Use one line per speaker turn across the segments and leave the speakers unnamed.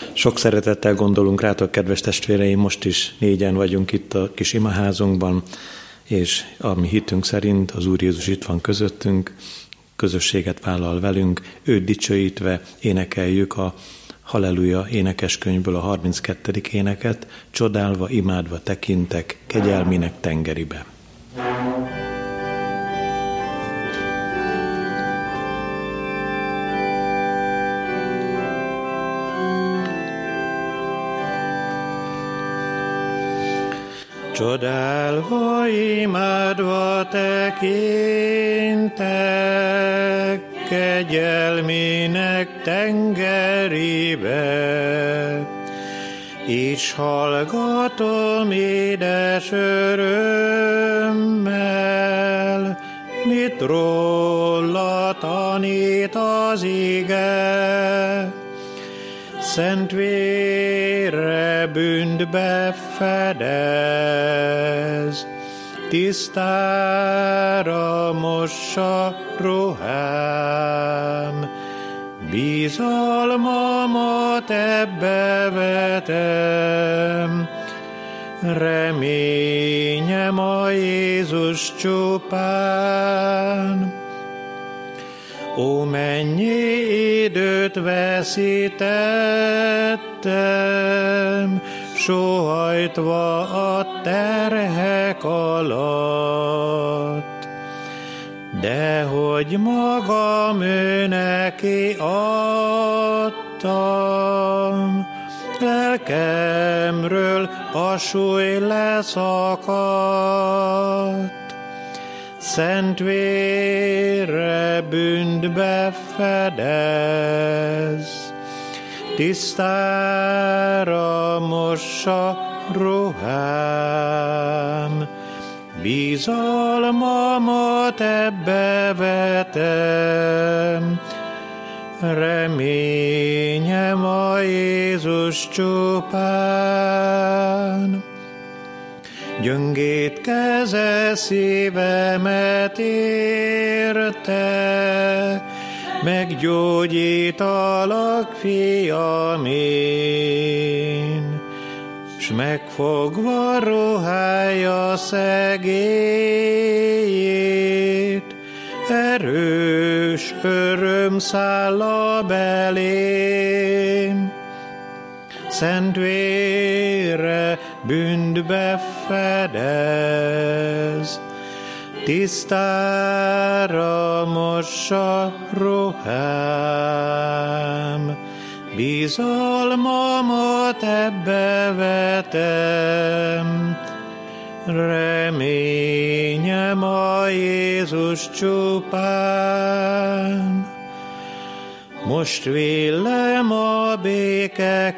Sok szeretettel gondolunk rátok, kedves testvéreim, most is 4-en vagyunk itt a kis imaházunkban, és a mi hitünk szerint az Úr Jézus itt van közöttünk, közösséget vállal velünk, őt dicsőítve énekeljük a Halleluja énekeskönyvből a 32. éneket, csodálva, imádva tekintek kegyelmének tengeribe. Csodálva, imádva tekintek kegyelmének tengeribe, és hallgatom édes örömmel, mit róla tanít az ige. Szent vére bűnt befedez, tisztára mossa ruhám. Bizalmamat ebbe vetem, reményem a Jézus csupán. Ó, mennyi időt veszítettem, sóhajtva a terhek alatt, de hogy magam ő neki adtam, lelkemről a súly leszakadt. Szent vére bűnt befedez, tisztára mossa ruhám. Bizalmamat ebbe vetem, reményem a Jézus csupán. Gyöngétkezve szívemet érte, meggyógyítalak, fiam én, s megfogva ruhája szegélyét, erős öröm száll a belém. Szent vére bűnt befedez, tisztára mossa ruhám. Bizalmamat ebbe vetem, reményem a Jézus csupán. Most villem a béke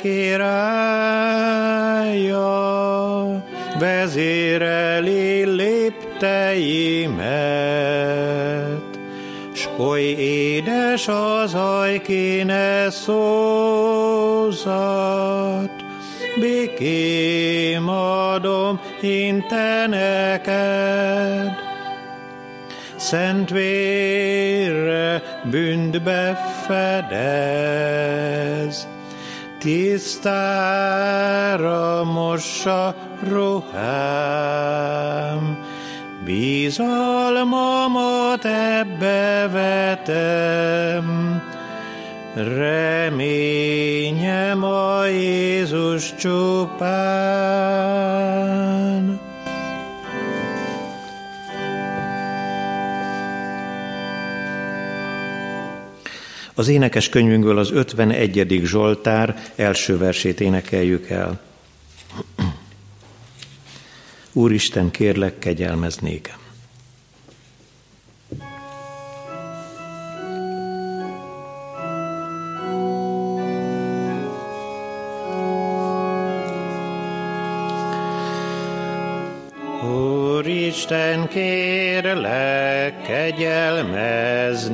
királya, vezéreli lépteimet, s oly édes az ajkéne szózat, békém adom én te neked. Szent vére bűnt befedez, tisztára mossa ruhám. Bizalmamat ebbe vetem, reményem a Jézus csupán. Az énekes könyvünkből az 51. Zsoltár első versét énekeljük el. Úristen, kérlek, kegyelmezz nékem.
Úristen, kérlek, kegyelmezz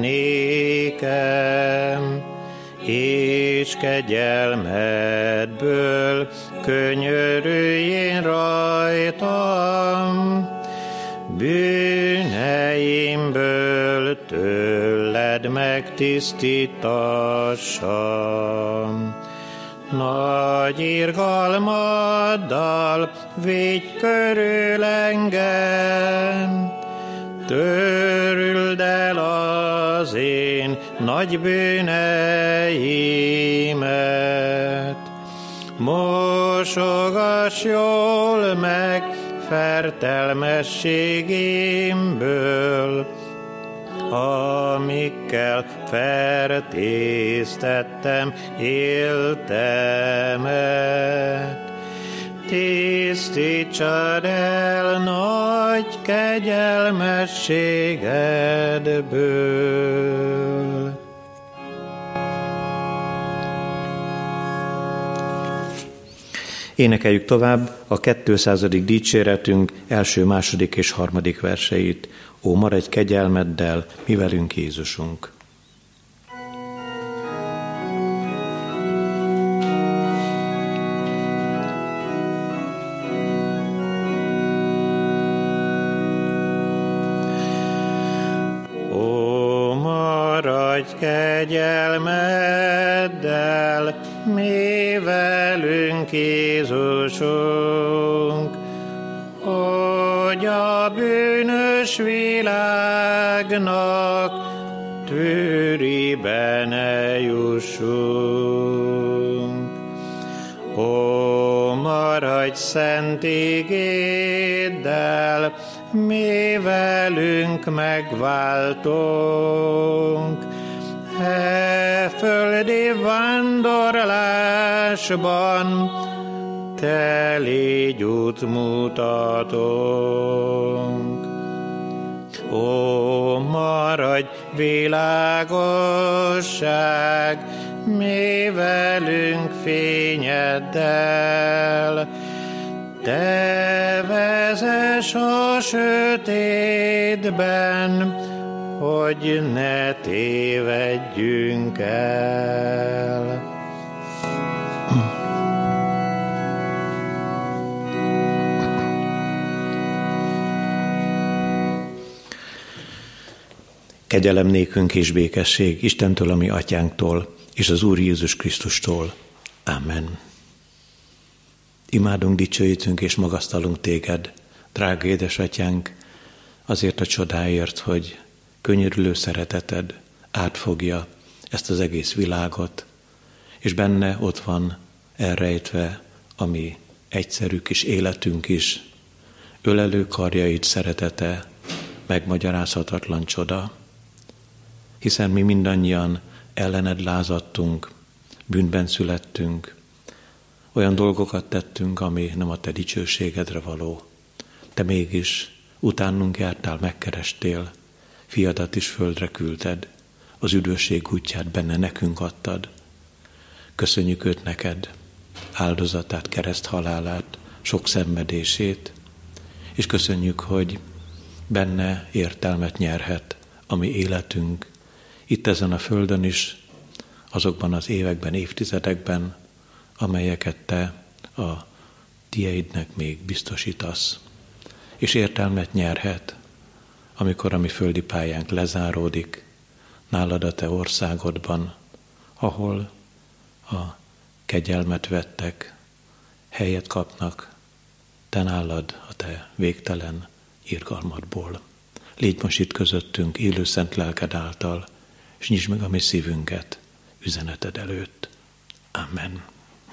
nékem, és kegyelmedből könyörüljél rajtam. Bűneimből tőled megtisztítassam. nagy irgalmaddal védj körül engem. Törüld el az én nagy bűneimet, mosogass jól meg fertelmességemből, amikkel fertéztettem éltemet. Tisztítsad el nagy kegyelmességedből.
Énekeljük tovább a 200. dicséretünk első, második és harmadik verseit. Ó, maradj kegyelmeddel, mi velünk Jézusunk!
Ó, maradj kegyelmeddel, mi velünk Jézusunk, hogy a bűnös világnak tűribe ne jussunk. Ó, maradj szent igéddel, mi velünk megváltunk, e földi vándorlásban te légy útmutatónk. Ó, maradj világosság, mi velünk fényeddel, te vezess a sötétben, hogy ne tévedjünk el.
Kegyelem nékünk és békesség Istentől, a mi atyánktól, és az Úr Jézus Krisztustól. Amen. Imádunk, dicsőítünk és magasztalunk téged, drága édesatyánk, azért a csodáért, hogy könyörülő szereteted átfogja ezt az egész világot, és benne ott van elrejtve a mi egyszerű kis életünk is, ölelő karjaid szeretete, megmagyarázhatatlan csoda, hiszen mi mindannyian ellened lázadtunk, bűnben születtünk, olyan dolgokat tettünk, ami nem a te dicsőségedre való. Te mégis utánunk jártál, megkerestél, fiadat is földre küldted, az üdvösség útját benne nekünk adtad. Köszönjük őt neked, áldozatát, kereszt halálát, sok szenvedését, és köszönjük, hogy benne értelmet nyerhet a mi életünk, itt ezen a földön is, azokban az években, évtizedekben, amelyeket te a tieidnek még biztosítasz. És értelmet nyerhet, amikor a mi földi pályánk lezáródik, nálad a te országodban, ahol a kegyelmet vettek, helyet kapnak, te nálad a te végtelen irgalmadból. Légy most itt közöttünk élő szent lelked által, és nyisd meg a mi szívünket üzeneted előtt. Amen.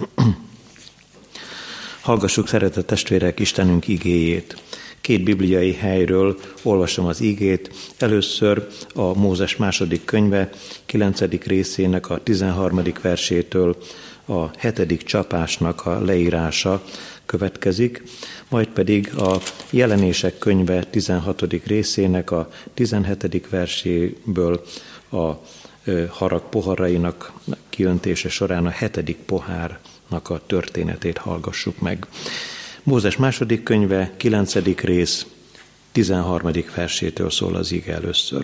Hallgassuk, szeretett testvérek, Istenünk igéjét. 2 bibliai helyről olvasom az igét. Először a Mózes második könyve 9. részének a 13. versétől a 7. csapásnak a leírása következik, majd pedig a Jelenések könyve 16. részének a 17. verséből a harag poharainak kiöntése során a 7. pohárnak a történetét hallgassuk meg. Mózes második könyve, 9. rész, 13. versétől szól az ige először.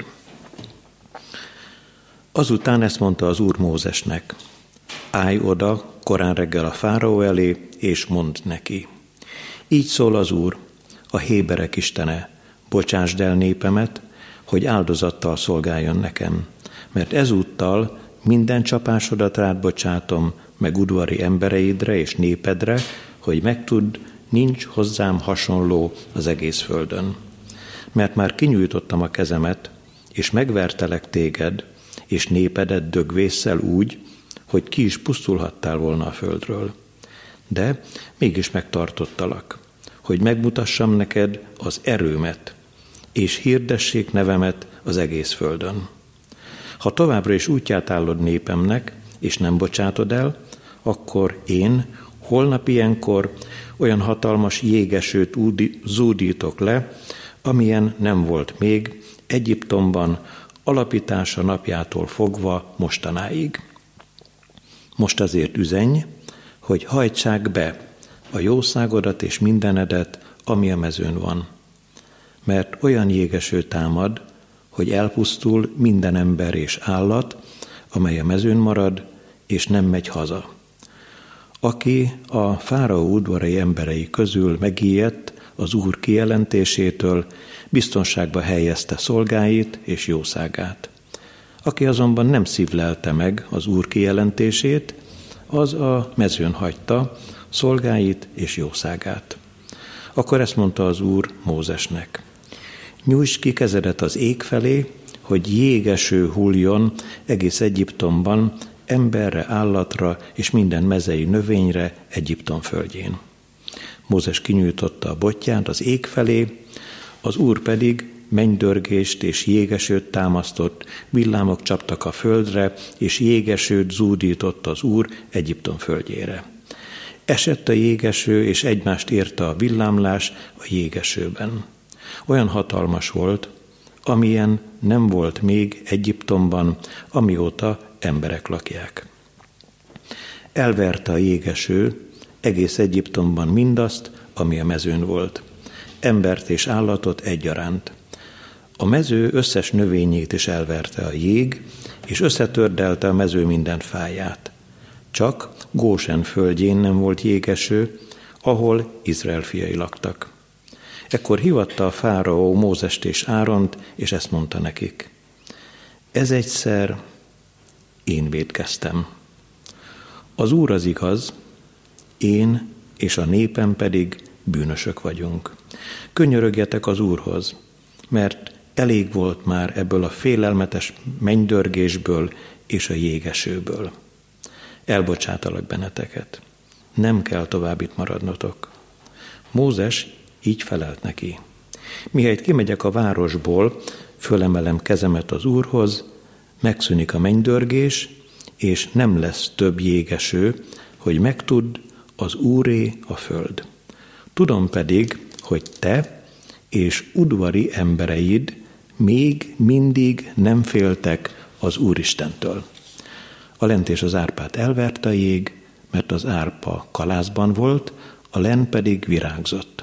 Azután ezt mondta az Úr Mózesnek: állj oda korán reggel a fáraó elé, és mondd neki: így szól az Úr, a héberek istene, bocsásd el népemet, hogy áldozattal szolgáljon nekem, mert ezúttal minden csapásodat rád bocsátom, meg udvari embereidre és népedre, hogy megtudd, nincs hozzám hasonló az egész földön. Mert már kinyújtottam a kezemet, és megvertelek téged, és népedet dögvésszel úgy, hogy ki is pusztulhattál volna a földről. De mégis megtartottalak, hogy megmutassam neked az erőmet, és hirdessék nevemet az egész földön. Ha továbbra is útját állod népemnek, és nem bocsátod el, akkor én holnap ilyenkor olyan hatalmas jégesőt zúdítok le, amilyen nem volt még Egyiptomban alapítása napjától fogva mostanáig. Most azért üzenj, hogy hajtsák be a jószágodat és mindenedet, ami a mezőn van. Mert olyan jégeső támad, hogy elpusztul minden ember és állat, amely a mezőn marad, és nem megy haza. Aki a fáraó udvarai emberei közül megijedt az Úr kijelentésétől, biztonságba helyezte szolgáit és jószágát. Aki azonban nem szívlelte meg az Úr kijelentését, az a mezőn hagyta szolgáit és jószágát. Akkor ezt mondta az Úr Mózesnek: nyújtsd ki kezedet az ég felé, hogy jégeső hulljon egész Egyiptomban, emberre, állatra és minden mezei növényre Egyiptom földjén. Mózes kinyújtotta a botját az ég felé, az Úr pedig mennydörgést és jégesőt támasztott, villámok csaptak a földre, és jégesőt zúdított az Úr Egyiptom földjére. Esett a jégeső, és egymást érte a villámlás a jégesőben. Olyan hatalmas volt, amilyen nem volt még Egyiptomban, amióta emberek lakják. Elverte a jégeső egész Egyiptomban mindazt, ami a mezőn volt, embert és állatot egyaránt. A mező összes növényét is elverte a jég, és összetördelte a mező minden fáját. Csak Gósen földjén nem volt jégeső, ahol Izrael fiai laktak. Ekkor hívatta a fáraó Mózest és Áront, és ezt mondta nekik: ez egyszer én vétkeztem. Az Úr az igaz, én és a népem pedig bűnösök vagyunk. Könyörögjetek az Úrhoz, mert elég volt már ebből a félelmetes mennydörgésből és a jégesőből. Elbocsátalak benneteket. Nem kell tovább itt maradnotok. Mózes így felelt neki: mihelyt kimegyek a városból, fölemelem kezemet az Úrhoz, megszűnik a mennydörgés, és nem lesz több jégeső, hogy megtudd, az Úré a föld. Tudom pedig, hogy te és udvari embereid még mindig nem féltek az Úristentől. A lent és az árpát elverte a jég, mert az árpa kalászban volt, a len pedig virágzott.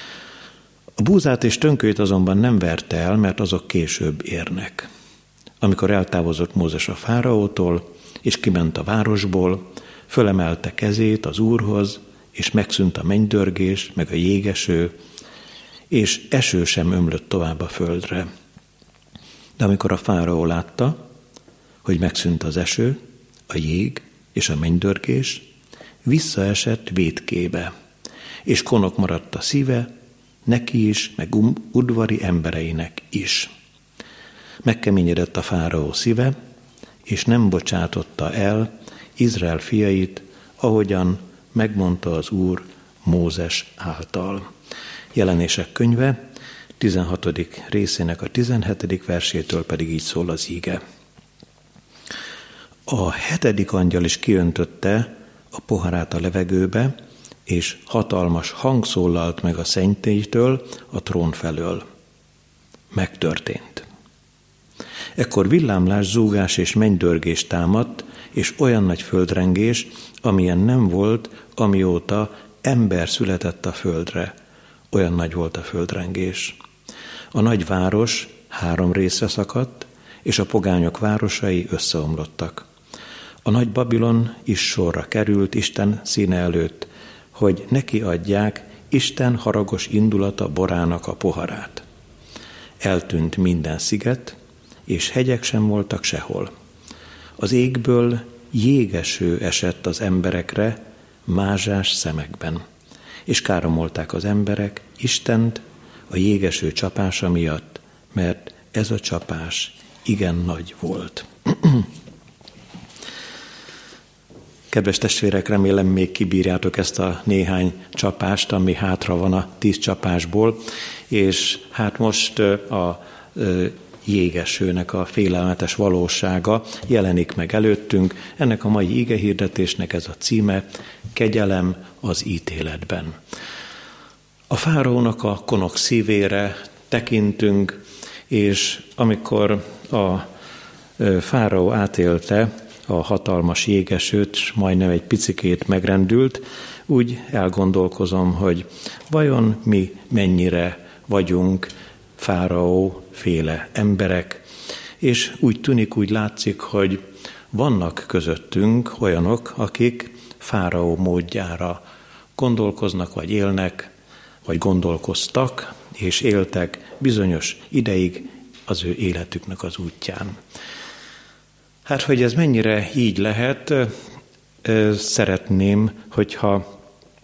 A búzát és tönkölyt azonban nem verte el, mert azok később érnek. Amikor eltávozott Mózes a fáraótól, és kiment a városból, fölemelte kezét az Úrhoz, és megszűnt a mennydörgés, meg a jégeső, és eső sem ömlött tovább a földre. De amikor a fáraó látta, hogy megszűnt az eső, a jég és a mennydörgés, visszaesett vétkébe, és konok maradt a szíve, neki is, meg udvari embereinek is. Megkeményedett a fáraó szíve, és nem bocsátotta el Izrael fiait, ahogyan megmondta az Úr Mózes által. Jelenések könyve 16. részének a 17. versétől pedig így szól az íge. A 7. angyal is kiöntötte a poharát a levegőbe, és hatalmas hang szólalt meg a szentélytől a trón felől. Megtörtént. Ekkor villámlás, zúgás és mennydörgés támadt, és olyan nagy földrengés, amilyen nem volt, amióta ember született a földre. Olyan nagy volt a földrengés. A nagy város 3 részre szakadt, és a pogányok városai összeomlottak. A nagy Babilon is sorra került Isten színe előtt, hogy neki adják Isten haragos indulata borának a poharát. Eltűnt minden sziget, és hegyek sem voltak sehol. Az égből jégeső esett az emberekre mázsás szemekben, és káromolták az emberek Istent a jégeső csapása miatt, mert ez a csapás igen nagy volt. Kedves testvérek, remélem még kibírjátok ezt a néhány csapást, ami hátra van a 10 csapásból, és hát most a jégesőnek a félelmetes valósága jelenik meg előttünk. Ennek a mai igehirdetésnek ez a címe, kegyelem az ítéletben. A fáraónak a konok szívére tekintünk, és amikor a fáraó átélte a hatalmas jégesőt, és majdnem egy picikét megrendült, úgy elgondolkozom, hogy vajon mi mennyire vagyunk fáraó féle emberek, és úgy tűnik, úgy látszik, hogy vannak közöttünk olyanok, akik fáraó módjára gondolkoznak, vagy élnek, vagy gondolkoztak, és éltek bizonyos ideig az ő életüknek az útján. Hát, hogy ez mennyire így lehet, szeretném, hogyha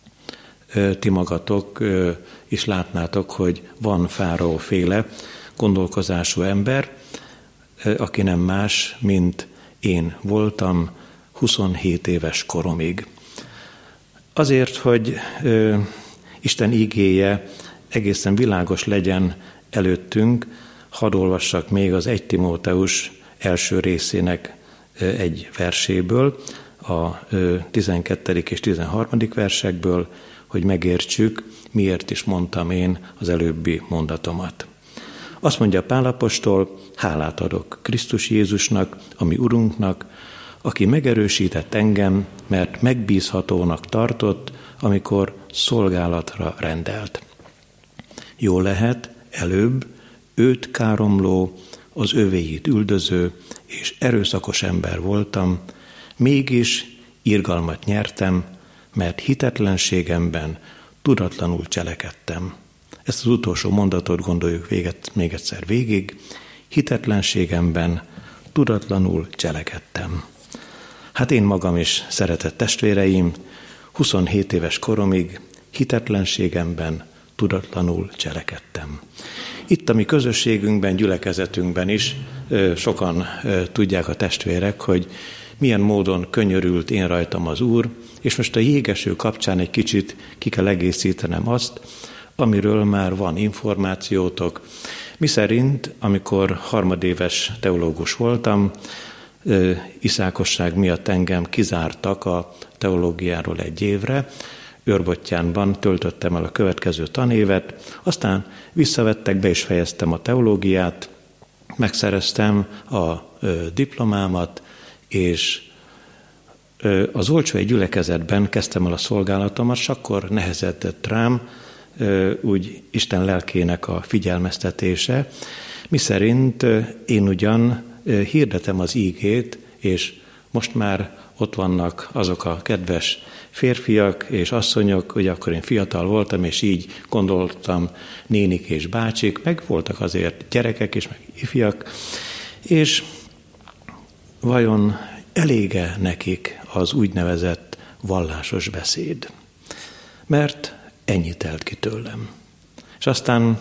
ti magatok is látnátok, hogy van fáraóféle gondolkozású ember, aki nem más, mint én voltam 27 éves koromig. Azért, hogy Isten igéje egészen világos legyen előttünk, hadd olvassak még az 1 Timóteus első részének egy verséből, a 12. és 13. versekből, hogy megértsük, miért is mondtam én az előbbi mondatomat. Azt mondja Pál apostol, hálát adok Krisztus Jézusnak, a mi Urunknak, aki megerősített engem, mert megbízhatónak tartott, amikor szolgálatra rendelt. Jó lehet, előbb őt káromló, az övéit üldöző és erőszakos ember voltam, mégis irgalmat nyertem, mert hitetlenségemben tudatlanul cselekedtem. Ezt az utolsó mondatot gondoljuk még egyszer végig. Hitetlenségemben tudatlanul cselekedtem. Hát én magam is, szeretett testvéreim, 27 éves koromig hitetlenségemben tudatlanul cselekedtem. Itt a mi közösségünkben, gyülekezetünkben is sokan tudják a testvérek, hogy milyen módon könyörült én rajtam az Úr, és most a jégeső kapcsán egy kicsit ki kell egészítenem azt, amiről már van információtok. Miszerint, amikor harmadéves teológus voltam, iszákosság miatt engem kizártak a teológiáról egy évre, Őrbottyánban töltöttem el a következő tanévet, aztán visszavettek be és fejeztem a teológiát, megszereztem a diplomámat, és az Olcsói gyülekezetben kezdtem el a szolgálatomat, és akkor nehezedett rám úgy Isten lelkének a figyelmeztetése, miszerint én ugyan hirdetem az ígét, és most már ott vannak azok a kedves férfiak és asszonyok, hogy akkor én fiatal voltam, és így gondoltam nénik és bácsik, meg voltak azért gyerekek is, meg ifjak, és vajon elége nekik az úgynevezett vallásos beszéd? Mert ennyi telt ki tőlem. És aztán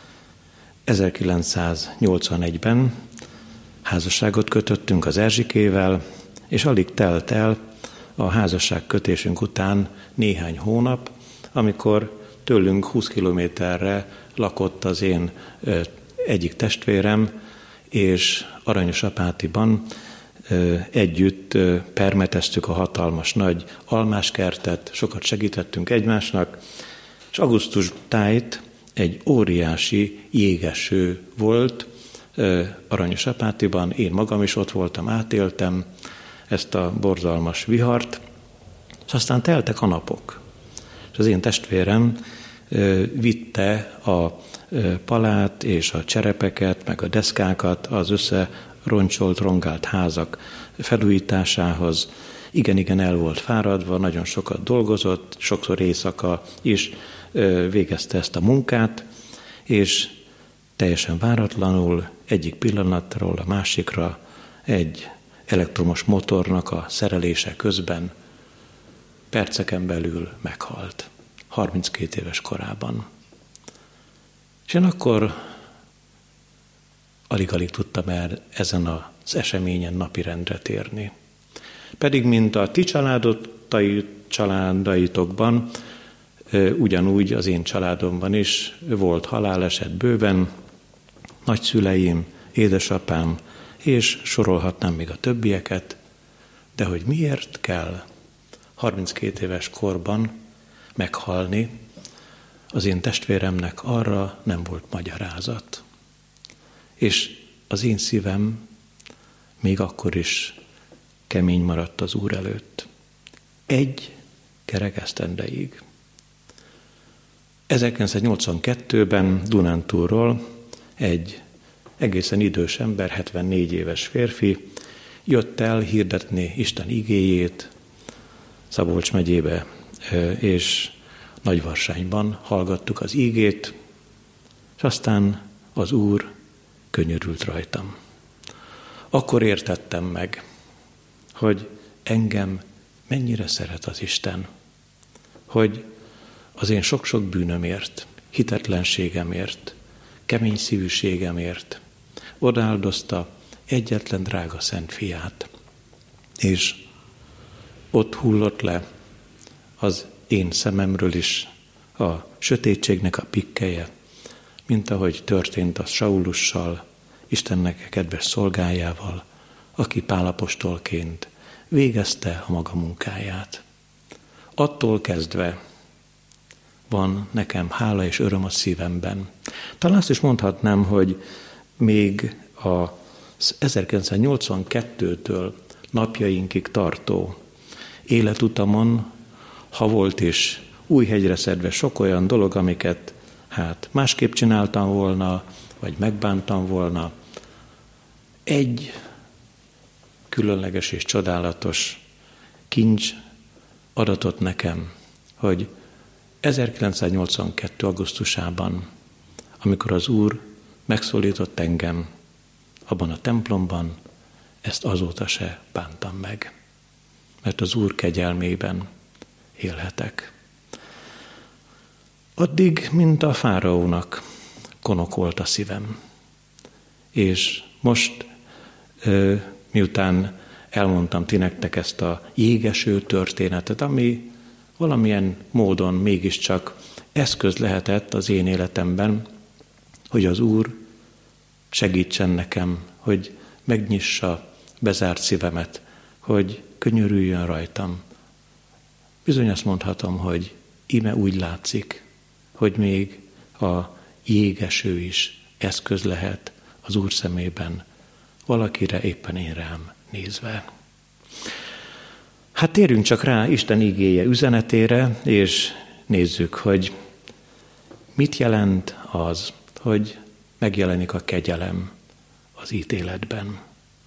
1981-ben házasságot kötöttünk az Erzsikével, és alig telt el a házasság kötésünk után néhány hónap, amikor tőlünk 20 kilométerre lakott az én egyik testvérem, és Aranyosapátiban együtt permeteztük a hatalmas nagy almáskertet, sokat segítettünk egymásnak, és augusztus tájt egy óriási jégeső volt Aranyosapátiban, én magam is ott voltam, átéltem ezt a borzalmas vihart, és aztán teltek a napok. És az én testvérem vitte a palát és a cserepeket, meg a deszkákat az összeroncsolt, rongált házak felújításához. Igen, el volt fáradva, nagyon sokat dolgozott, sokszor éjszaka is végezte ezt a munkát, és teljesen váratlanul egyik pillanatról a másikra egy elektromos motornak a szerelése közben perceken belül meghalt, 32 éves korában. És én akkor alig-alig tudtam el ezen az eseményen napirendre térni. Pedig, mint a ti családaitokban, ugyanúgy az én családomban is volt haláleset bőven, nagyszüleim, édesapám, és sorolhatnám még a többieket, de hogy miért kell 32 éves korban meghalni, az én testvéremnek arra nem volt magyarázat. És az én szívem még akkor is kemény maradt az Úr előtt. Egy kerek esztendeig. 1982-ben Dunántúlról egy egészen idős ember, 74 éves férfi jött el hirdetni Isten igéjét Szabolcs megyébe, és Nagyvarsányban hallgattuk az igét, és aztán az Úr könyörült rajtam. Akkor értettem meg, hogy engem mennyire szeret az Isten, hogy az én sok-sok bűnömért, hitetlenségemért, kemény szívűségemért odaáldozta egyetlen drága szent fiát. És ott hullott le az én szememről is a sötétségnek a pikkelye, mint ahogy történt az Saulussal, Istennek kedves szolgájával, aki Pál apostolként végezte a maga munkáját. Attól kezdve van nekem hála és öröm a szívemben. Talán azt is mondhatnám, hogy még az 1982-től napjainkig tartó életutamon, ha volt is Újhegyre szedve sok olyan dolog, amiket másképp csináltam volna, vagy megbántam volna, egy különleges és csodálatos kincs adatot nekem, hogy 1982. augusztusában, amikor az Úr megszólított engem abban a templomban, ezt azóta se bántam meg, mert az Úr kegyelmében élhetek. Addig, mint a fáraónak, konokolt a szívem. És most, miután elmondtam ti nektek ezt a jégeső történetet, ami valamilyen módon mégiscsak eszköz lehetett az én életemben, hogy az Úr segítsen nekem, hogy megnyissa bezárt szívemet, hogy könyörüljön rajtam. Bizony azt mondhatom, hogy íme úgy látszik, hogy még a jégeső is eszköz lehet az Úr szemében, valakire, éppen én rám nézve. Térjünk csak rá Isten igéje üzenetére, és nézzük, hogy mit jelent az, hogy megjelenik a kegyelem az ítéletben.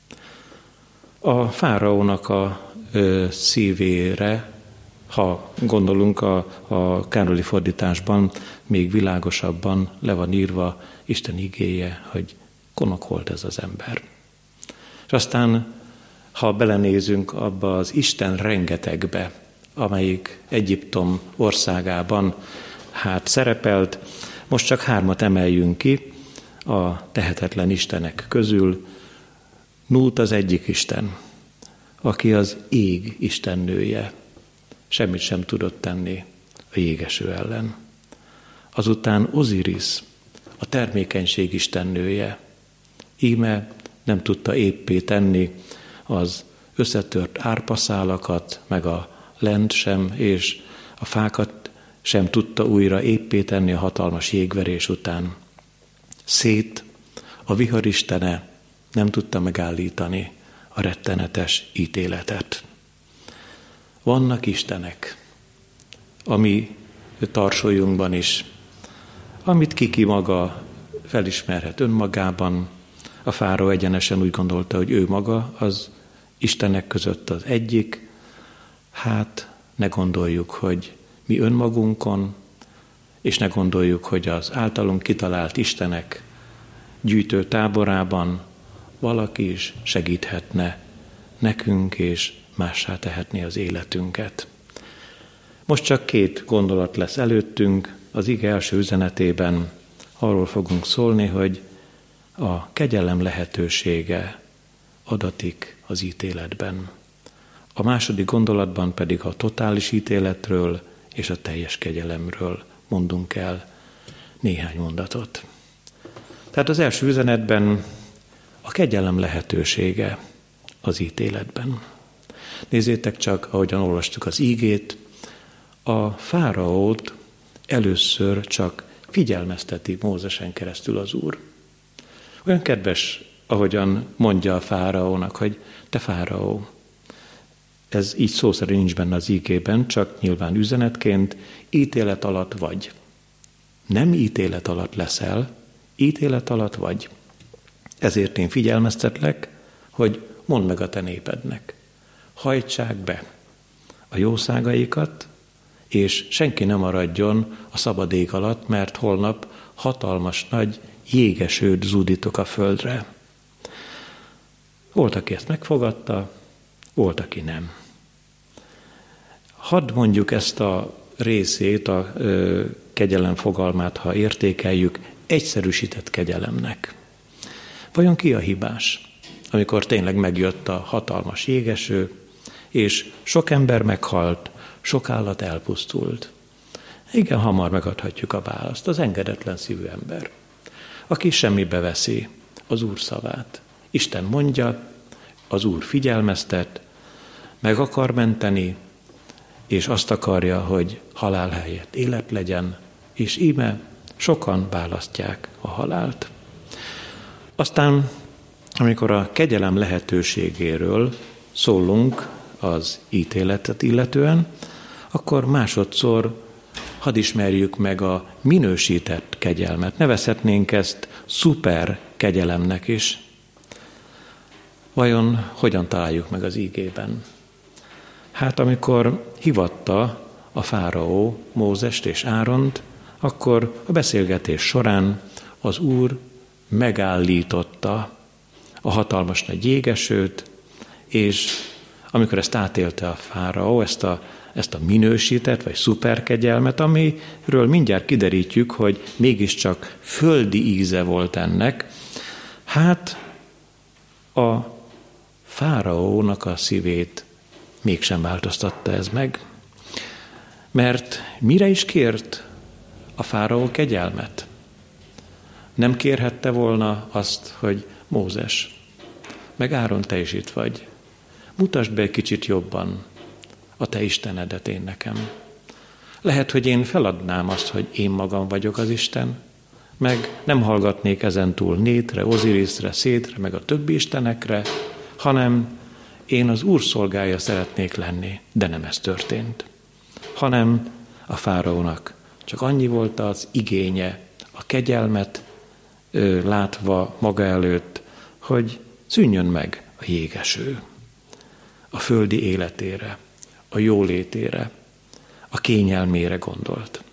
A fáraónak a szívére, ha gondolunk, a Károli fordításban még világosabban le van írva Isten igéje, hogy konokolt ez az ember. És aztán, ha belenézünk abba az Isten rengetegbe, amelyik Egyiptom országában szerepelt, most csak 3 emeljünk ki a tehetetlen istenek közül. Nút az egyik isten, aki az ég istennője, semmit sem tudott tenni a jégeső ellen. Azután Oziris, a termékenység istennője, íme nem tudta éppé tenni az összetört árpaszálakat, meg a lent sem, és a fákat sem tudta újra éppé tenni a hatalmas jégverés után. Szét, a vihar istene, nem tudta megállítani a rettenetes ítéletet. Vannak istenek, a mi tarsolyunkban is, amit ki maga felismerhet önmagában. A fáraó egyenesen úgy gondolta, hogy ő maga az istenek között az egyik. Ne gondoljuk, hogy mi önmagunkon, és ne gondoljuk, hogy az általunk kitalált istenek gyűjtő táborában valaki is segíthetne nekünk, és mássá tehetné az életünket. Most csak 2 gondolat lesz előttünk. Az ige első üzenetében arról fogunk szólni, hogy a kegyelem lehetősége adatik az ítéletben. A második gondolatban pedig a totális ítéletről és a teljes kegyelemről mondunk el néhány mondatot. Tehát az első üzenetben a kegyelem lehetősége az ítéletben. Nézzétek csak, ahogyan olvastuk az ígét, a fáraót először csak figyelmezteti Mózesen keresztül az Úr. Olyan kedves, ahogyan mondja a fáraónak, hogy te fáraó, ez így szó szerint nincs benne az ígében, csak nyilván üzenetként, ítélet alatt vagy. Nem ítélet alatt leszel, ítélet alatt vagy. Ezért én figyelmeztetlek, hogy mondd meg a te népednek. Hajtsák be a jószágaikat, és senki nem maradjon a szabad ég alatt, mert holnap hatalmas nagy jégesőt zúdítok a földre. Volt, aki ezt megfogadta, volt, aki nem. Hadd mondjuk ezt a részét, a kegyelem fogalmát, ha értékeljük, egyszerűsített kegyelemnek. Vajon ki a hibás, amikor tényleg megjött a hatalmas jégeső, és sok ember meghalt, sok állat elpusztult? Igen, hamar megadhatjuk a választ, az engedetlen szívű ember, aki semmibe veszi az Úr szavát. Isten mondja, az Úr figyelmeztet, meg akar menteni, és azt akarja, hogy halál helyett élet legyen, és íme sokan választják a halált. Aztán, amikor a kegyelem lehetőségéről szólunk az ítéletet illetően, akkor másodszor hadd ismerjük meg a minősített kegyelmet. Nevezhetnénk ezt szuper kegyelemnek is. Vajon hogyan találjuk meg az ígében? Hát amikor hivatta a fáraó Mózest és Áront, akkor a beszélgetés során az Úr megállította a hatalmas nagy jégesőt, és amikor ezt átélte a fáraó, ezt a minősített vagy szuperkegyelmet, amiről mindjárt kiderítjük, hogy mégiscsak földi íze volt ennek, hát a fáraónak a szívét mégsem változtatta ez meg. Mert mire is kért a fáraó kegyelmet? Nem kérhette volna azt, hogy Mózes, meg Áron, te is itt vagy. Mutasd be egy kicsit jobban a te Istenedet én nekem. Lehet, hogy én feladnám azt, hogy én magam vagyok az Isten, meg nem hallgatnék ezentúl Nétre, Oziriszre, Szétre, meg a többi istenekre, hanem én az Úr szolgája szeretnék lenni, de nem ez történt. Hanem a fáraónak csak annyi volt az igénye, a kegyelmet látva maga előtt, hogy szűnjön meg a jégeső, a földi életére, a jólétére, a kényelmére gondolt.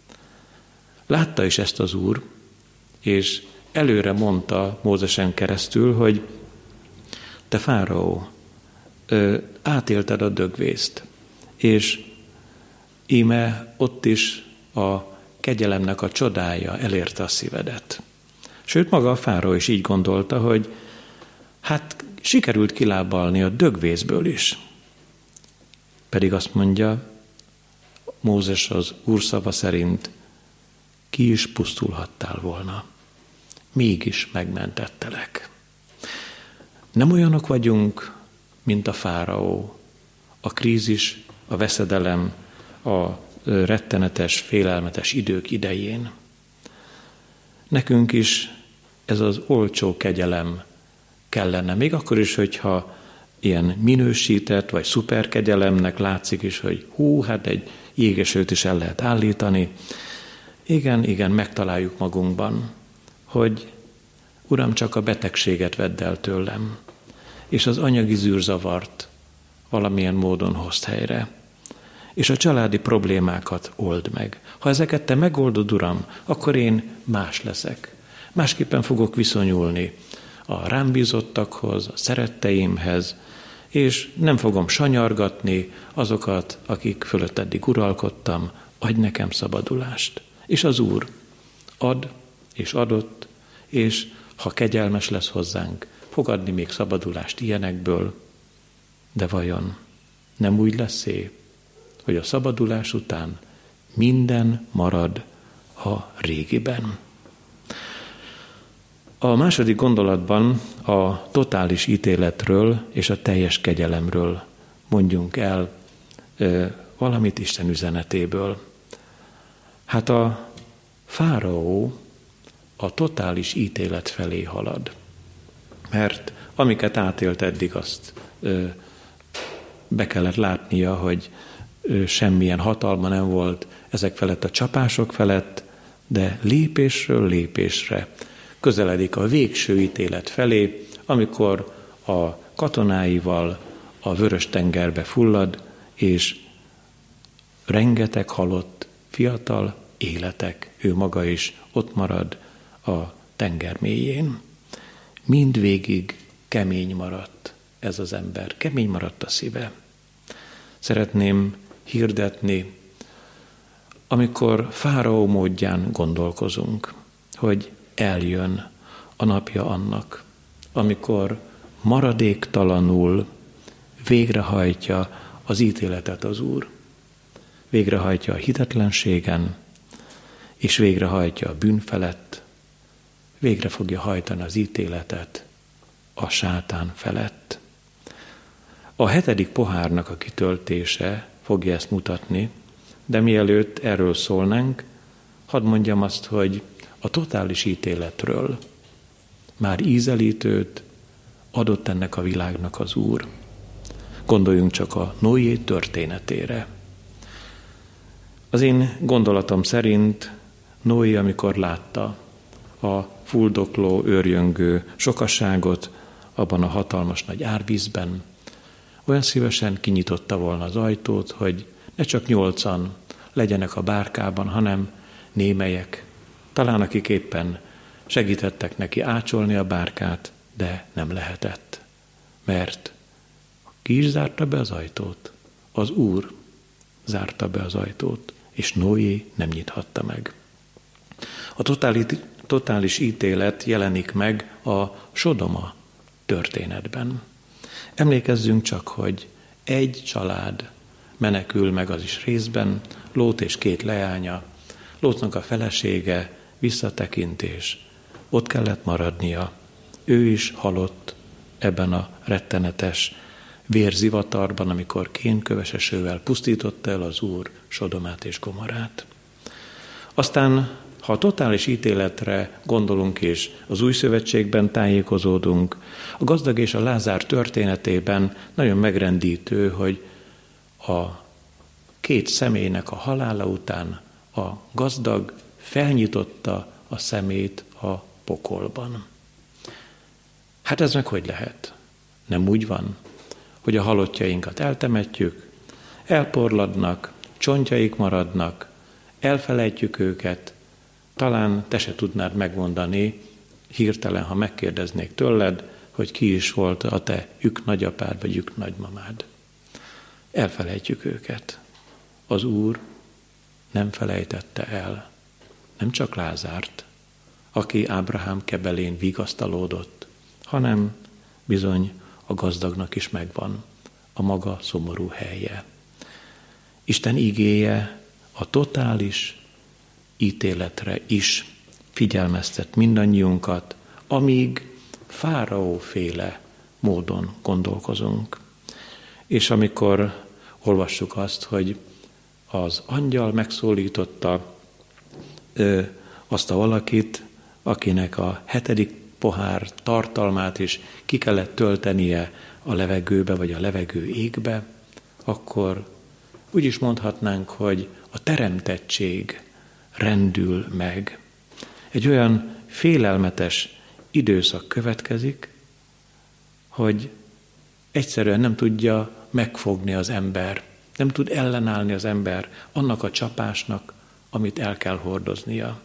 Látta is ezt az Úr, és előre mondta Mózesen keresztül, hogy te fáraó, átélted a dögvészt, és íme ott is a kegyelemnek a csodája elérte a szívedet. Sőt, maga a fáraó is így gondolta, hogy hát sikerült kilábalni a dögvészből is. Pedig azt mondja Mózes az Úr szava szerint, ki is pusztulhattál volna, mégis megmentettelek. Nem olyanok vagyunk, mint a fáraó, a krízis, a veszedelem, a rettenetes, félelmetes idők idején. Nekünk is ez az olcsó kegyelem kellene, még akkor is, hogyha ilyen minősített vagy szuperkegyelemnek látszik is, hogy hát egy jégesőt is el lehet állítani. Igen, megtaláljuk magunkban, hogy Uram, csak a betegséget vedd el tőlem, és az anyagi zűrzavart valamilyen módon hozd helyre, és a családi problémákat old meg. Ha ezeket te megoldod, Uram, akkor én más leszek. Másképpen fogok viszonyulni a rám bízottakhoz, a szeretteimhez, és nem fogom sanyargatni azokat, akik fölött eddig uralkodtam, adj nekem szabadulást. És az Úr ad, és adott, és ha kegyelmes lesz hozzánk, fog adni még szabadulást ilyenekből, de vajon nem úgy lesz-e, hogy a szabadulás után minden marad a régiben? A második gondolatban a totális ítéletről és a teljes kegyelemről mondjunk el valamit Isten üzenetéből. Hát a fáraó a totális ítélet felé halad, mert amiket átélt eddig, azt be kellett látnia, hogy semmilyen hatalma nem volt ezek felett, a csapások felett, de lépésről lépésre közeledik a végső ítélet felé, amikor a katonáival a Vörös-tengerbe fullad, és rengeteg halott, fiatal életek, ő maga is ott marad a tenger mélyén. Mindvégig kemény maradt ez az ember, kemény maradt a szíve. Szeretném hirdetni, amikor fáraó módján gondolkozunk, hogy eljön a napja annak, amikor maradéktalanul végrehajtja az ítéletet az Úr. Végrehajtja a hitetlenségen, és végrehajtja a bűn felett, végre fogja hajtani az ítéletet a sátán felett. A 7. pohárnak a kitöltése fogja ezt mutatni, de mielőtt erről szólnánk, hadd mondjam azt, hogy a totális ítéletről már ízelítőt adott ennek a világnak az Úr. Gondoljunk csak a Noé történetére. Az én gondolatom szerint Noé, amikor látta a fuldokló, őrjöngő sokasságot abban a hatalmas nagy árvízben, olyan szívesen kinyitotta volna az ajtót, hogy ne csak 8-an legyenek a bárkában, hanem némelyek, talán akik éppen segítettek neki ácsolni a bárkát, de nem lehetett, mert ki is zárta be az ajtót? Az Úr zárta be az ajtót, és Noé nem nyithatta meg. A totális ítélet jelenik meg a Sodoma történetben. Emlékezzünk csak, hogy egy család menekül meg, az is részben, Lót és 2 leánya, Lótnak a felesége, visszatekintés, ott kellett maradnia. Ő is halott ebben a rettenetes vérzivatarban, amikor kénköves esővel pusztította el az Úr Sodomát és Gomorrát. Aztán, ha a totális ítéletre gondolunk és az Új Szövetségben tájékozódunk, a gazdag és a Lázár történetében nagyon megrendítő, hogy a 2 személynek a halála után a gazdag felnyitotta a szemét a pokolban. Hát ez meg hogy lehet? Nem úgy van, hogy a halottjainkat eltemetjük, elporladnak, csontjaik maradnak, elfelejtjük őket, talán te se tudnád megmondani, hirtelen, ha megkérdeznék tőled, hogy ki is volt a te nagyapád vagy nagymamád. Elfelejtjük őket. Az Úr nem felejtette el, nem csak Lázárt, aki Ábrahám kebelén vigasztalódott, hanem bizony a gazdagnak is megvan a maga szomorú helye. Isten igéje a totális ítéletre is figyelmeztet mindannyiunkat, amíg fáraóféle módon gondolkozunk. És amikor olvassuk azt, hogy az angyal megszólította azt a valakit, akinek a 7. pohár tartalmát is ki kellett töltenie a levegőbe, vagy a levegő égbe, akkor úgy is mondhatnánk, hogy a teremtettség rendül meg. Egy olyan félelmetes időszak következik, hogy egyszerűen nem tudja megfogni az ember, nem tud ellenállni az ember annak a csapásnak, amit el kell hordoznia.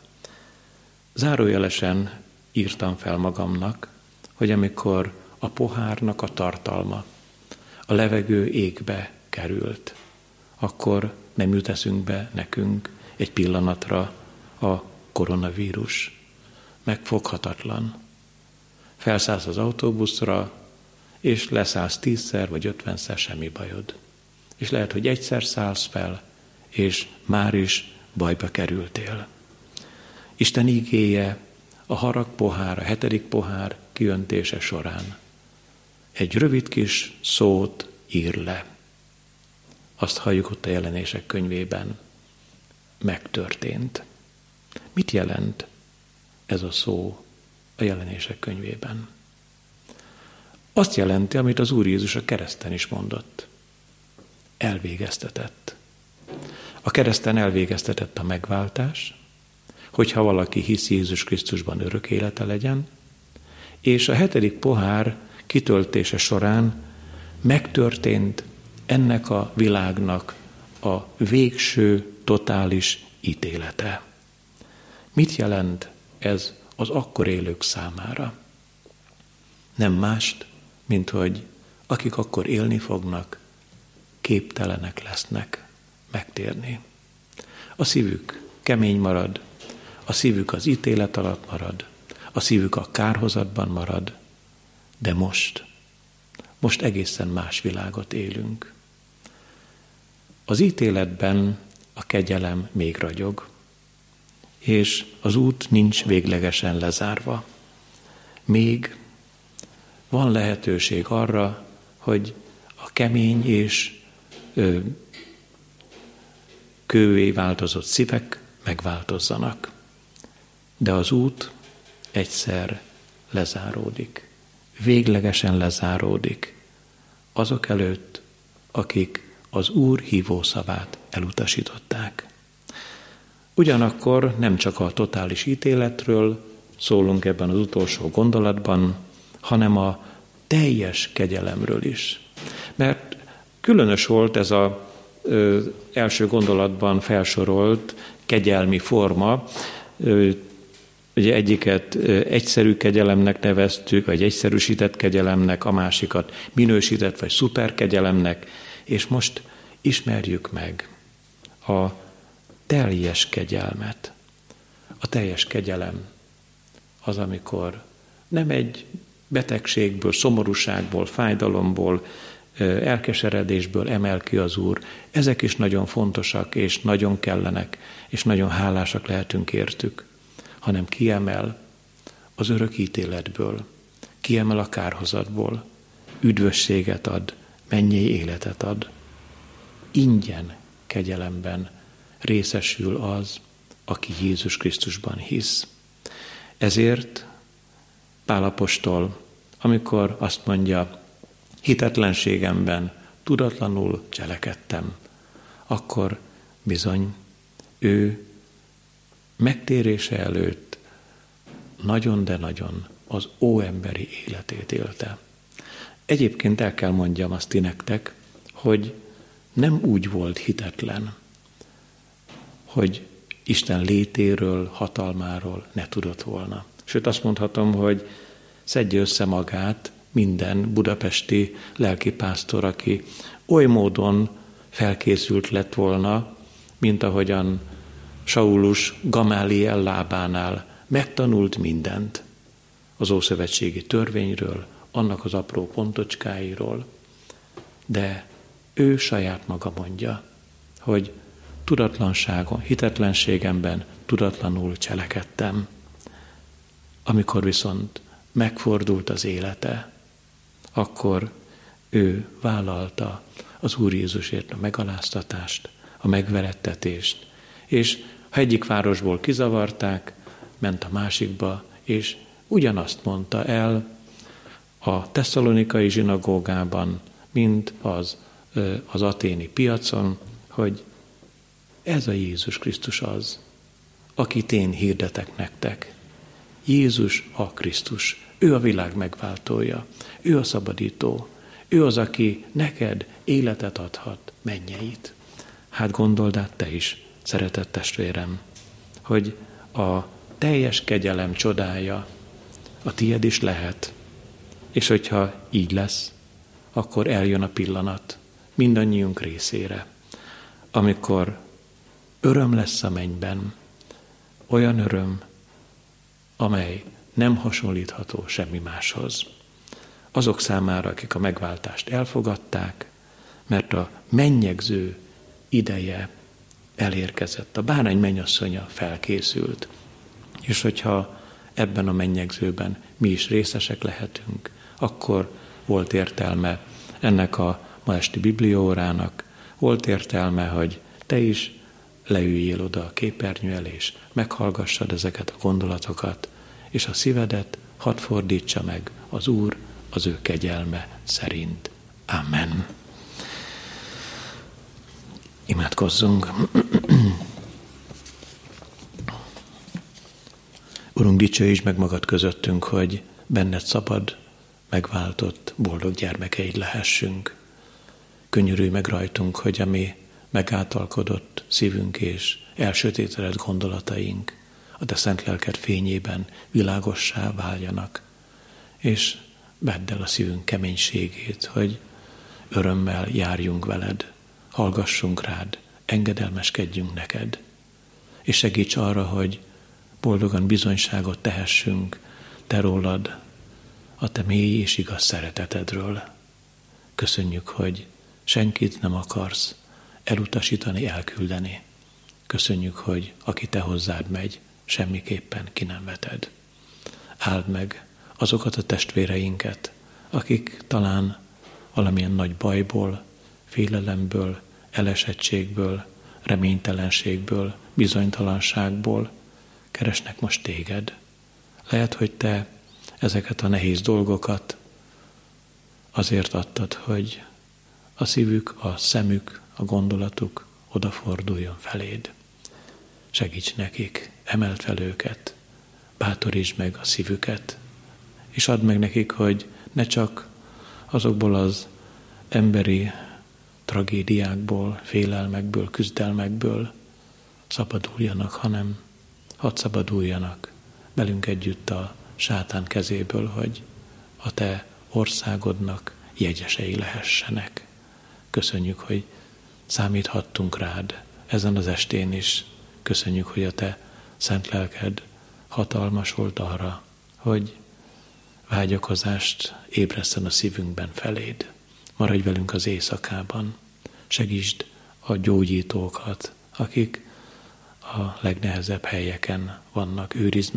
Zárójelesen írtam fel magamnak, hogy amikor a pohárnak a tartalma, a levegő égbe került, akkor nem jut eszünkbe nekünk egy pillanatra a koronavírus. Megfoghatatlan. Felszállsz az autóbuszra, és leszállsz 10-szer vagy 50-szer, semmi bajod. És lehet, hogy egyszer szállsz fel, és már is bajba kerültél. Isten igéje a harag pohár, a 7. pohár kiöntése során egy rövid kis szót ír le. Azt halljuk ott a Jelenések könyvében. Megtörtént. Mit jelent ez a szó a Jelenések könyvében? Azt jelenti, amit az Úr Jézus a kereszten is mondott. Elvégeztetett. A kereszten elvégeztetett a megváltás, hogyha valaki hisz Jézus Krisztusban, örök élete legyen, és a 7. pohár kitöltése során megtörtént ennek a világnak a végső, totális ítélete. Mit jelent ez az akkor élők számára? Nem mást, mint hogy akik akkor élni fognak, képtelenek lesznek megtérni. A szívük kemény marad, a szívük az ítélet alatt marad, a szívük a kárhozatban marad, de most egészen más világot élünk. Az ítéletben a kegyelem még ragyog, és az út nincs véglegesen lezárva. Még van lehetőség arra, hogy a kemény és kővé változott szívek megváltozzanak. De az út egyszer lezáródik. Véglegesen lezáródik azok előtt, akik az Úr hívószavát elutasították. Ugyanakkor nem csak a totális ítéletről szólunk ebben az utolsó gondolatban, hanem a teljes kegyelemről is. Mert különös volt ez az első gondolatban felsorolt kegyelmi forma. Ugye egyiket egyszerű kegyelemnek neveztük, vagy egyszerűsített kegyelemnek, a másikat minősített vagy szuperkegyelemnek, és most ismerjük meg a teljes kegyelmet. A teljes kegyelem az, amikor nem egy betegségből, szomorúságból, fájdalomból, elkeseredésből emel ki az Úr. Ezek is nagyon fontosak, és nagyon kellenek, és nagyon hálásak lehetünk értük, hanem kiemel az örök ítéletből, kiemel a kárhozatból, üdvösséget ad, mennyei életet ad. Ingyen kegyelemben részesül az, aki Jézus Krisztusban hisz. Ezért Pál apostol, amikor azt mondja, hitetlenségemben tudatlanul cselekedtem, akkor bizony ő megtérése előtt nagyon, de nagyon az óemberi életét élte. Egyébként el kell mondjam azt ti nektek, hogy nem úgy volt hitetlen, hogy Isten létéről, hatalmáról ne tudott volna. Sőt, azt mondhatom, hogy szedje össze magát minden budapesti lelkipásztor, aki oly módon felkészült lett volna, mint ahogyan Saulus Gamáliel lábánál megtanult mindent az ószövetségi törvényről, annak az apró pontocskáiról, de ő saját maga mondja, hogy tudatlanságon, hitetlenségemben tudatlanul cselekedtem. Amikor viszont megfordult az élete, akkor ő vállalta az Úr Jézusért a megaláztatást, a megverettetést, és ha egyik városból kizavarták, ment a másikba, és ugyanazt mondta el a tesszalonikai zsinagógában, mint az aténi piacon, hogy ez a Jézus Krisztus az, akit én hirdetek nektek. Jézus a Krisztus. Ő a világ megváltója. Ő a szabadító. Ő az, aki neked életet adhat, mennyeit. Hát gondold át te is, szeretett testvérem, hogy a teljes kegyelem csodája a tied is lehet. És hogyha így lesz, akkor eljön a pillanat mindannyiunk részére, amikor öröm lesz a mennyben, olyan öröm, amely nem hasonlítható semmi máshoz. Azok számára, akik a megváltást elfogadták, mert a mennyegző ideje elérkezett, a bárány mennyasszonya felkészült. És hogyha ebben a mennyegzőben mi is részesek lehetünk, akkor volt értelme ennek a ma esti bibliaórának, volt értelme, hogy te is leüljél oda a képernyő elé, és meghallgassad ezeket a gondolatokat, és a szívedet hadd fordítsa meg az Úr az ő kegyelme szerint. Amen. Imádkozzunk. Urunk, dicsőítsd meg magad közöttünk, hogy benned szabad, megváltott, boldog gyermekeid lehessünk. Könyörülj meg rajtunk, hogy a mi megáltalkodott szívünk és elsötétedett gondolataink a te szent lelked fényében világossá váljanak, és vedd el a szívünk keménységét, hogy örömmel járjunk veled, hallgassunk rád, engedelmeskedjünk neked, és segíts arra, hogy boldogan bizonyságot tehessünk te rólad, a te mély és igaz szeretetedről. Köszönjük, hogy senkit nem akarsz elutasítani, elküldeni. Köszönjük, hogy aki te hozzád megy, semmiképpen ki nem veted. Áld meg azokat a testvéreinket, akik talán valamilyen nagy bajból, félelemből, elesettségből, reménytelenségből, bizonytalanságból keresnek most téged. Lehet, hogy te ezeket a nehéz dolgokat azért adtad, hogy a szívük, a szemük, a gondolatuk odaforduljon feléd. Segíts nekik, emeld fel őket, bátorítsd meg a szívüket, és add meg nekik, hogy ne csak azokból az emberi tragédiákból, félelmekből, küzdelmekből szabaduljanak, hanem hadd szabaduljanak velünk együtt a sátán kezéből, hogy a te országodnak jegyesei lehessenek. Köszönjük, hogy számíthattunk rád ezen az estén is. Köszönjük, hogy a te szent lelked hatalmas volt arra, hogy vágyakozást ébreszten a szívünkben feléd. Maradj velünk az éjszakában, segítsd a gyógyítókat, akik a legnehezebb helyeken vannak, őrizd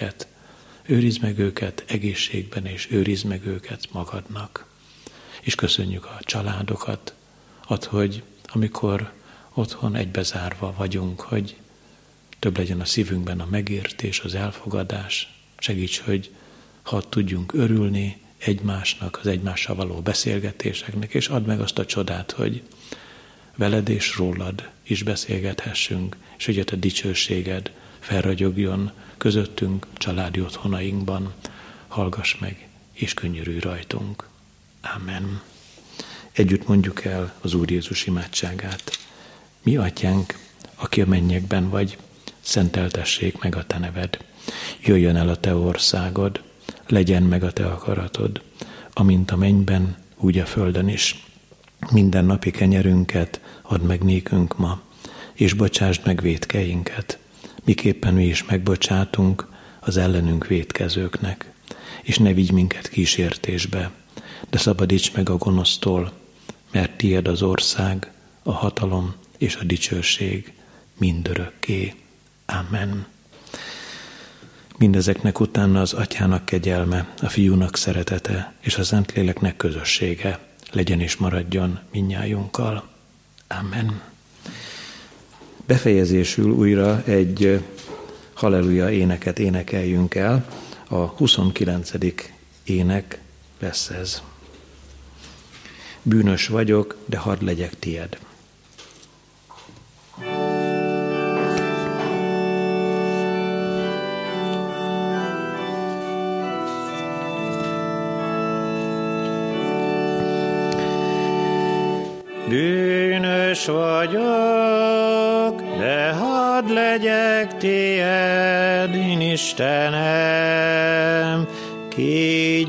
meg őket egészségben, és őrizd meg őket magadnak. És köszönjük a családokat, hogy amikor otthon egybezárva vagyunk, hogy több legyen a szívünkben a megértés, az elfogadás. Segíts, hogy hadd tudjunk örülni egymásnak, az egymással való beszélgetéseknek, és add meg azt a csodát, hogy veled és rólad is beszélgethessünk, és hogy a te dicsőséged felragyogjon közöttünk, családi otthonainkban. Hallgass meg, és könyörülj rajtunk. Amen. Együtt mondjuk el az Úr Jézus imádságát. Mi atyánk, aki a mennyekben vagy, szenteltessék meg a te neved. Jöjjön el a te országod, legyen meg a te akaratod, amint a mennyben, úgy a földön is. Minden napi kenyerünket add meg nékünk ma, és bocsásd meg vétkeinket, miképpen mi is megbocsátunk az ellenünk vétkezőknek. És ne vigy minket kísértésbe, de szabadíts meg a gonosztól, mert tiéd az ország, a hatalom és a dicsőség mindörökké. Amen. Mindezeknek utána az Atyának kegyelme, a Fiúnak szeretete és a Szentléleknek közössége legyen és maradjon mindnyájunkkal. Amen. Befejezésül újra egy halleluja éneket énekeljünk el. A 29. ének lesz ez. Bűnös vagyok, de hadd legyek tied.
Bűnös vagyok, de hadd legyek tied, én Istenem, ki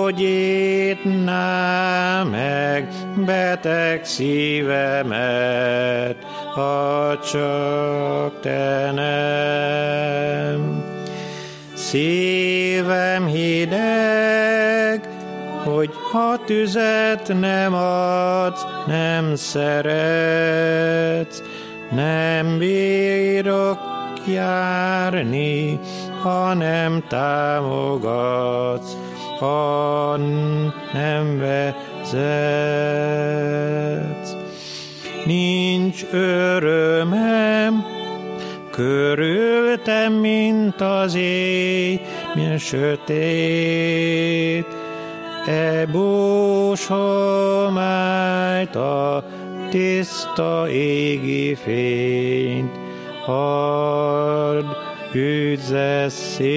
gyógyítná meg beteg szívemet, ha csak te nem. Szívem hideg, hogy ha tüzet nem adsz, nem szeretsz, nem bírok járni, ha nem támogatsz, ha nem vezetsz. Nincs örömem körültem, mint az éj, milyen sötét, búshomályt a tiszta égi fényt, hadd üldözz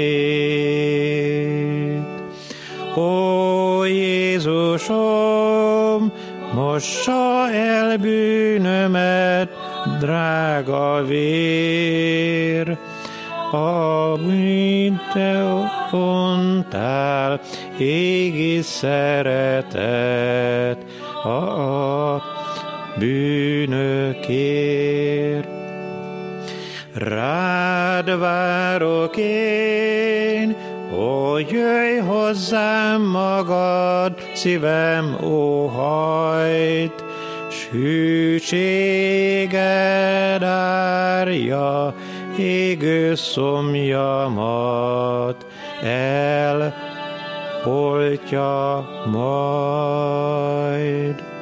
szét. Ó Jézusom, mossa el bűnömet, drága vér, amit te ontál, égi szeretet a bűnökért. Rád várok én, ó, jöjj hozzám magad, szívem óhajt, s hűséged árja égő szomjamat, eloltja majd.